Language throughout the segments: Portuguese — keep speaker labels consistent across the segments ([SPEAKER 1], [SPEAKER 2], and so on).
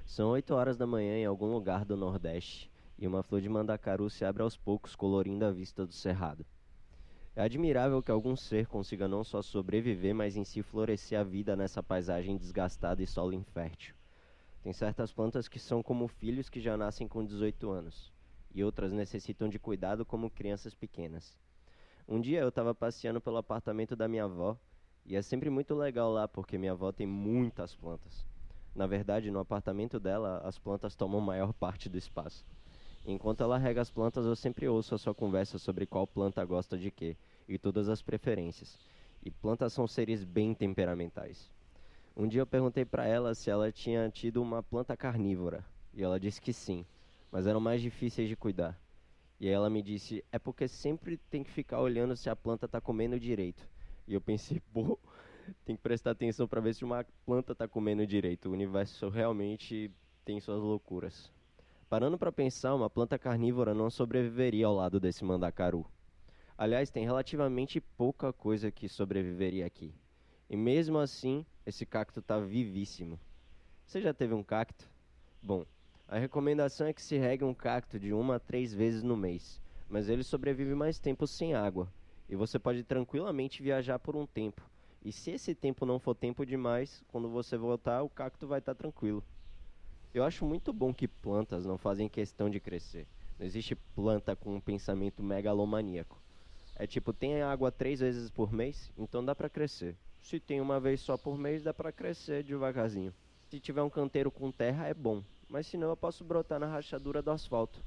[SPEAKER 1] São 8 horas da manhã em algum lugar do Nordeste, e uma flor de mandacaru se abre aos poucos, colorindo a vista do cerrado. É admirável que algum ser consiga não só sobreviver, mas em si florescer a vida nessa paisagem desgastada e solo infértil. Tem certas plantas que são como filhos que já nascem com 18 anos, e outras necessitam de cuidado como crianças pequenas. Um dia eu estava passeando pelo apartamento da minha avó, e é sempre muito legal lá porque minha avó tem muitas plantas. Na verdade, no apartamento dela, as plantas tomam maior parte do espaço. Enquanto ela rega as plantas, eu sempre ouço a sua conversa sobre qual planta gosta de quê, e todas as preferências. E plantas são seres bem temperamentais. Um dia eu perguntei para ela se ela tinha tido uma planta carnívora, e ela disse que sim, mas eram mais difíceis de cuidar. E aí ela me disse, é porque sempre tem que ficar olhando se a planta está comendo direito. E eu pensei, pô, tem que prestar atenção para ver se uma planta está comendo direito. O universo realmente tem suas loucuras. Parando para pensar, uma planta carnívora não sobreviveria ao lado desse mandacaru. Aliás, tem relativamente pouca coisa que sobreviveria aqui. E mesmo assim, esse cacto está vivíssimo. Você já teve um cacto? Bom, a recomendação é que se regue um cacto de 1 a 3 vezes no mês, mas ele sobrevive mais tempo sem água, e você pode tranquilamente viajar por um tempo. E se esse tempo não for tempo demais, quando você voltar, o cacto vai estar tranquilo. Eu acho muito bom que plantas não fazem questão de crescer. Não existe planta com um pensamento megalomaníaco. É tipo, tem água 3 vezes por mês, então dá pra crescer. Se tem uma vez só por mês, dá pra crescer devagarzinho. Se tiver um canteiro com terra, é bom, mas senão eu posso brotar na rachadura do asfalto.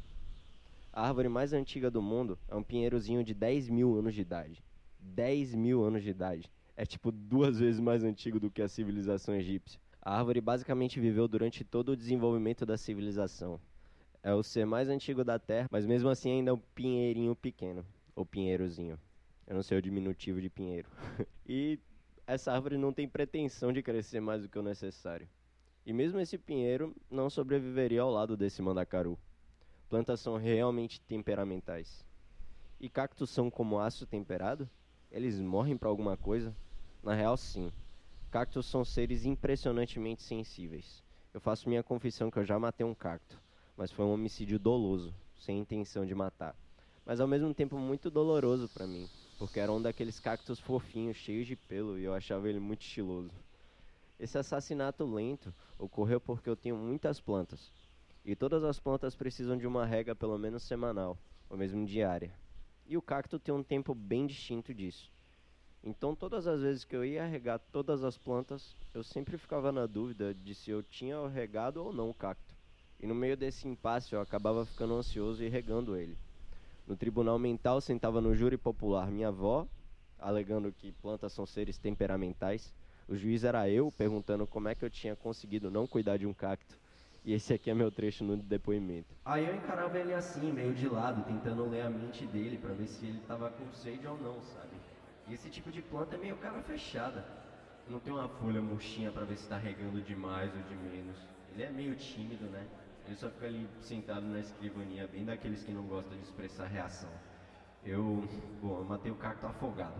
[SPEAKER 1] A árvore mais antiga do mundo é um pinheirozinho de 10 mil anos de idade. 10 mil anos de idade. É tipo 2 vezes mais antigo do que a civilização egípcia. A árvore basicamente viveu durante todo o desenvolvimento da civilização. É o ser mais antigo da Terra, mas mesmo assim ainda é um pinheirinho pequeno, ou pinheirozinho. Eu não sei o diminutivo de pinheiro. E essa árvore não tem pretensão de crescer mais do que o necessário. E mesmo esse pinheiro não sobreviveria ao lado desse mandacaru. Plantas são realmente temperamentais. E cactos são como aço temperado? Eles morrem para alguma coisa? Na real, sim. Cactos são seres impressionantemente sensíveis. Eu faço minha confissão que eu já matei um cacto, mas foi um homicídio doloso, sem intenção de matar. Mas ao mesmo tempo muito doloroso para mim, porque era um daqueles cactos fofinhos, cheios de pelo, e eu achava ele muito estiloso. Esse assassinato lento ocorreu porque eu tenho muitas plantas, e todas as plantas precisam de uma rega pelo menos semanal, ou mesmo diária. E o cacto tem um tempo bem distinto disso. Então, todas as vezes que eu ia regar todas as plantas, eu sempre ficava na dúvida de se eu tinha regado ou não o cacto. E no meio desse impasse, eu acabava ficando ansioso e regando ele. No tribunal mental sentava no júri popular minha avó, alegando que plantas são seres temperamentais. O juiz era eu, perguntando como é que eu tinha conseguido não cuidar de um cacto. E esse aqui é meu trecho no depoimento. Aí eu encarava ele assim, meio de lado, tentando ler a mente dele pra ver se ele tava com sede ou não, sabe? E esse tipo de planta é meio cara fechada. Não tem uma folha murchinha pra ver se tá regando demais ou de menos. Ele é meio tímido, né? Ele só fica ali sentado na escrivaninha, bem daqueles que não gostam de expressar reação. Eu, bom, eu matei o cacto afogado.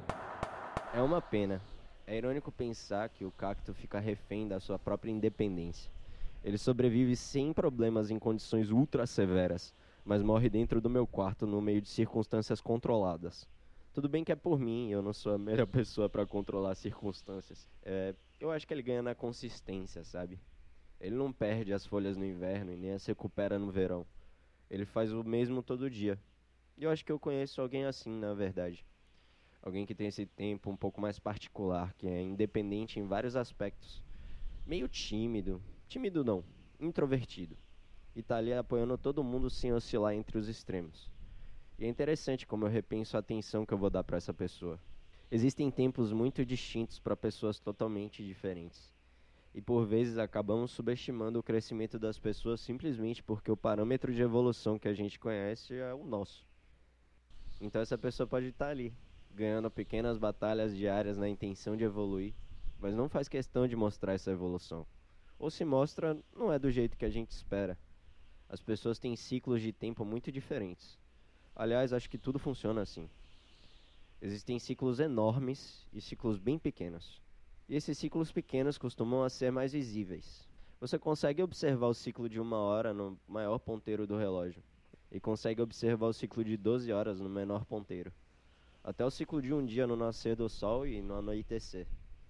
[SPEAKER 1] É uma pena. É irônico pensar que o cacto fica refém da sua própria independência. Ele sobrevive sem problemas em condições ultra severas, mas morre dentro do meu quarto no meio de circunstâncias controladas. Tudo bem que é por mim, eu não sou a melhor pessoa para controlar circunstâncias. Eu acho que ele ganha na consistência, sabe? Ele não perde as folhas no inverno e nem as recupera no verão. Ele faz o mesmo todo dia. E eu acho que eu conheço alguém assim, na verdade. Alguém que tem esse tempo um pouco mais particular, que é independente em vários aspectos. Meio tímido. Tímido não, introvertido. E tá ali apoiando todo mundo sem oscilar entre os extremos. E é interessante como eu repenso a atenção que eu vou dar para essa pessoa. Existem tempos muito distintos para pessoas totalmente diferentes. E por vezes acabamos subestimando o crescimento das pessoas simplesmente porque o parâmetro de evolução que a gente conhece é o nosso. Então essa pessoa pode estar ali, ganhando pequenas batalhas diárias na intenção de evoluir, mas não faz questão de mostrar essa evolução. Ou se mostra, não é do jeito que a gente espera. As pessoas têm ciclos de tempo muito diferentes. Aliás, acho que tudo funciona assim. Existem ciclos enormes e ciclos bem pequenos. E esses ciclos pequenos costumam ser mais visíveis. Você consegue observar o ciclo de 1 hora no maior ponteiro do relógio, e consegue observar o ciclo de 12 horas no menor ponteiro, até o ciclo de um dia no nascer do sol e no anoitecer.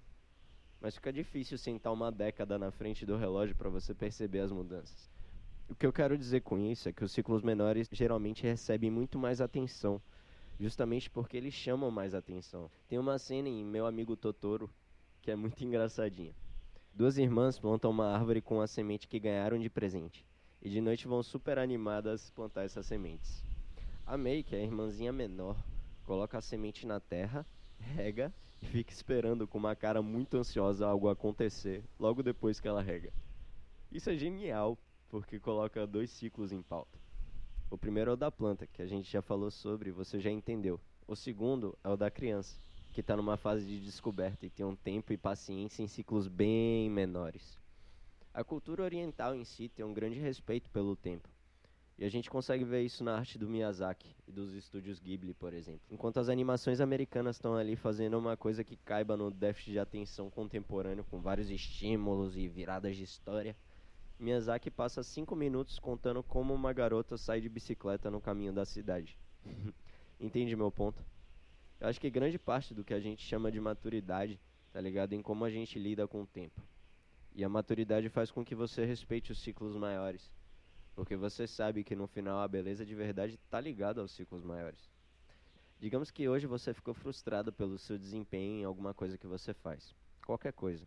[SPEAKER 1] Mas fica difícil sentar uma década na frente do relógio para você perceber as mudanças. O que eu quero dizer com isso é que os ciclos menores geralmente recebem muito mais atenção, justamente porque eles chamam mais atenção. Tem uma cena em Meu Amigo Totoro que é muito engraçadinha. Duas irmãs plantam uma árvore com a semente que ganharam de presente, e de noite vão super animadas plantar essas sementes. A May, que é a irmãzinha menor, coloca a semente na terra, rega e fica esperando com uma cara muito ansiosa algo acontecer logo depois que ela rega. Isso é genial, porque coloca dois ciclos em pauta. O primeiro é o da planta, que a gente já falou sobre, você já entendeu. O segundo é o da criança, que está numa fase de descoberta e tem um tempo e paciência em ciclos bem menores. A cultura oriental em si tem um grande respeito pelo tempo. E a gente consegue ver isso na arte do Miyazaki e dos estúdios Ghibli, por exemplo. Enquanto as animações americanas estão ali fazendo uma coisa que caiba no déficit de atenção contemporâneo, com vários estímulos e viradas de história, Miyazaki passa 5 minutos contando como uma garota sai de bicicleta no caminho da cidade. Entende meu ponto? Eu acho que grande parte do que a gente chama de maturidade tá ligado em como a gente lida com o tempo. E a maturidade faz com que você respeite os ciclos maiores, porque você sabe que no final a beleza de verdade tá ligada aos ciclos maiores. Digamos que hoje você ficou frustrado pelo seu desempenho em alguma coisa que você faz. Qualquer coisa.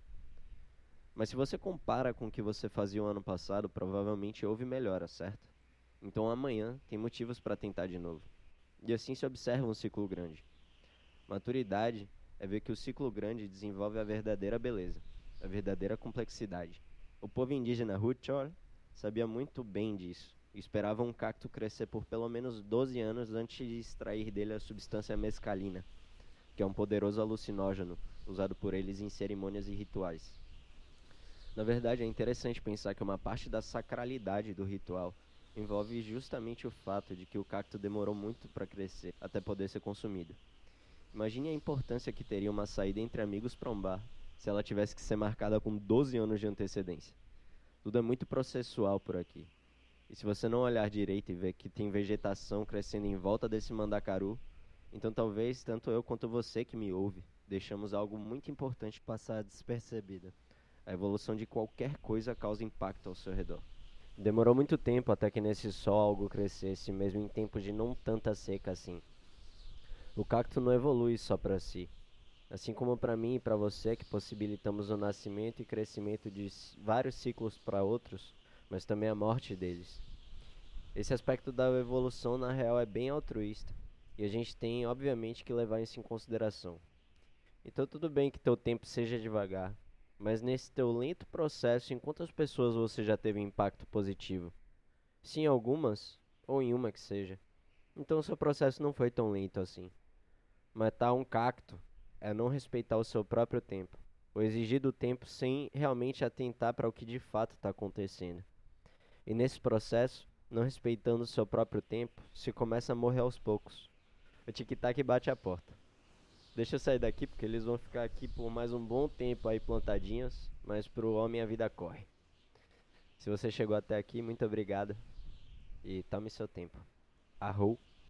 [SPEAKER 1] Mas se você compara com o que você fazia o ano passado, provavelmente houve melhora, certo? Então amanhã tem motivos para tentar de novo. E assim se observa um ciclo grande. Maturidade é ver que o ciclo grande desenvolve a verdadeira beleza, a verdadeira complexidade. O povo indígena Huichol sabia muito bem disso e esperava um cacto crescer por pelo menos 12 anos antes de extrair dele a substância mescalina, que é um poderoso alucinógeno usado por eles em cerimônias e rituais. Na verdade, é interessante pensar que uma parte da sacralidade do ritual envolve justamente o fato de que o cacto demorou muito para crescer até poder ser consumido. Imagine a importância que teria uma saída entre amigos para um bar se ela tivesse que ser marcada com 12 anos de antecedência. Tudo é muito processual por aqui. E se você não olhar direito e ver que tem vegetação crescendo em volta desse mandacaru, então talvez tanto eu quanto você que me ouve deixamos algo muito importante passar despercebida. A evolução de qualquer coisa causa impacto ao seu redor. Demorou muito tempo até que nesse sol algo crescesse, mesmo em tempos de não tanta seca assim. O cacto não evolui só para si, assim como para mim e para você que possibilitamos o nascimento e crescimento de vários ciclos para outros, mas também a morte deles. Esse aspecto da evolução na real é bem altruísta, e a gente tem obviamente que levar isso em consideração. Então tudo bem que teu tempo seja devagar, mas nesse teu lento processo, em quantas pessoas você já teve impacto positivo? Sim, algumas, ou em uma que seja. Então seu processo não foi tão lento assim. Matar um cacto é não respeitar o seu próprio tempo, ou exigir do tempo sem realmente atentar para o que de fato está acontecendo. E nesse processo, não respeitando o seu próprio tempo, se começa a morrer aos poucos. O tic-tac bate a porta. Deixa eu sair daqui porque eles vão ficar aqui por mais um bom tempo aí plantadinhos, mas pro homem a vida corre. Se você chegou até aqui, muito obrigado e tome seu tempo. Arrou.